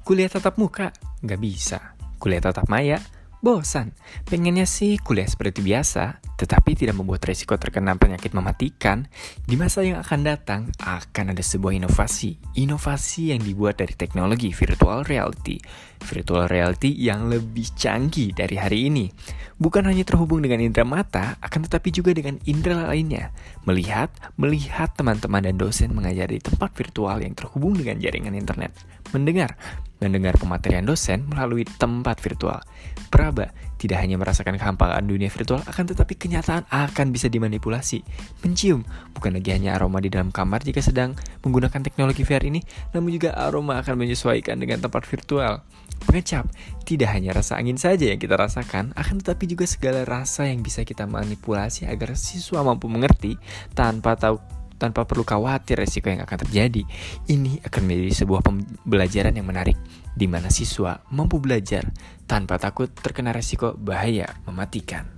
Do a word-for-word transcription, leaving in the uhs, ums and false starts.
Kuliah tatap muka? Nggak bisa. Kuliah tatap maya? Bosan. Pengennya sih kuliah seperti biasa, tetapi tidak membuat resiko terkena penyakit mematikan. Di masa yang akan datang, akan ada sebuah inovasi. Inovasi yang dibuat dari teknologi virtual reality. Virtual reality yang lebih canggih dari hari ini. Bukan hanya terhubung dengan indera mata, akan tetapi juga dengan indera lainnya. Melihat, melihat teman-teman dan dosen mengajar di tempat virtual yang terhubung dengan jaringan internet. Mendengar, mendengar pematerian dosen melalui tempat virtual. Peraba tidak hanya merasakan kehampaan dunia virtual, akan tetapi kenyataan akan bisa dimanipulasi. Mencium, bukan lagi hanya aroma di dalam kamar jika sedang menggunakan teknologi V R ini, namun juga aroma akan menyesuaikan dengan tempat virtual. Mengecap, tidak hanya rasa angin saja yang kita rasakan, akan tetapi juga segala rasa yang bisa kita manipulasi agar siswa mampu mengerti tanpa tahu tanpa perlu khawatir resiko yang akan terjadi. Ini akan menjadi sebuah pembelajaran yang menarik, di mana siswa mampu belajar tanpa takut terkena resiko bahaya mematikan.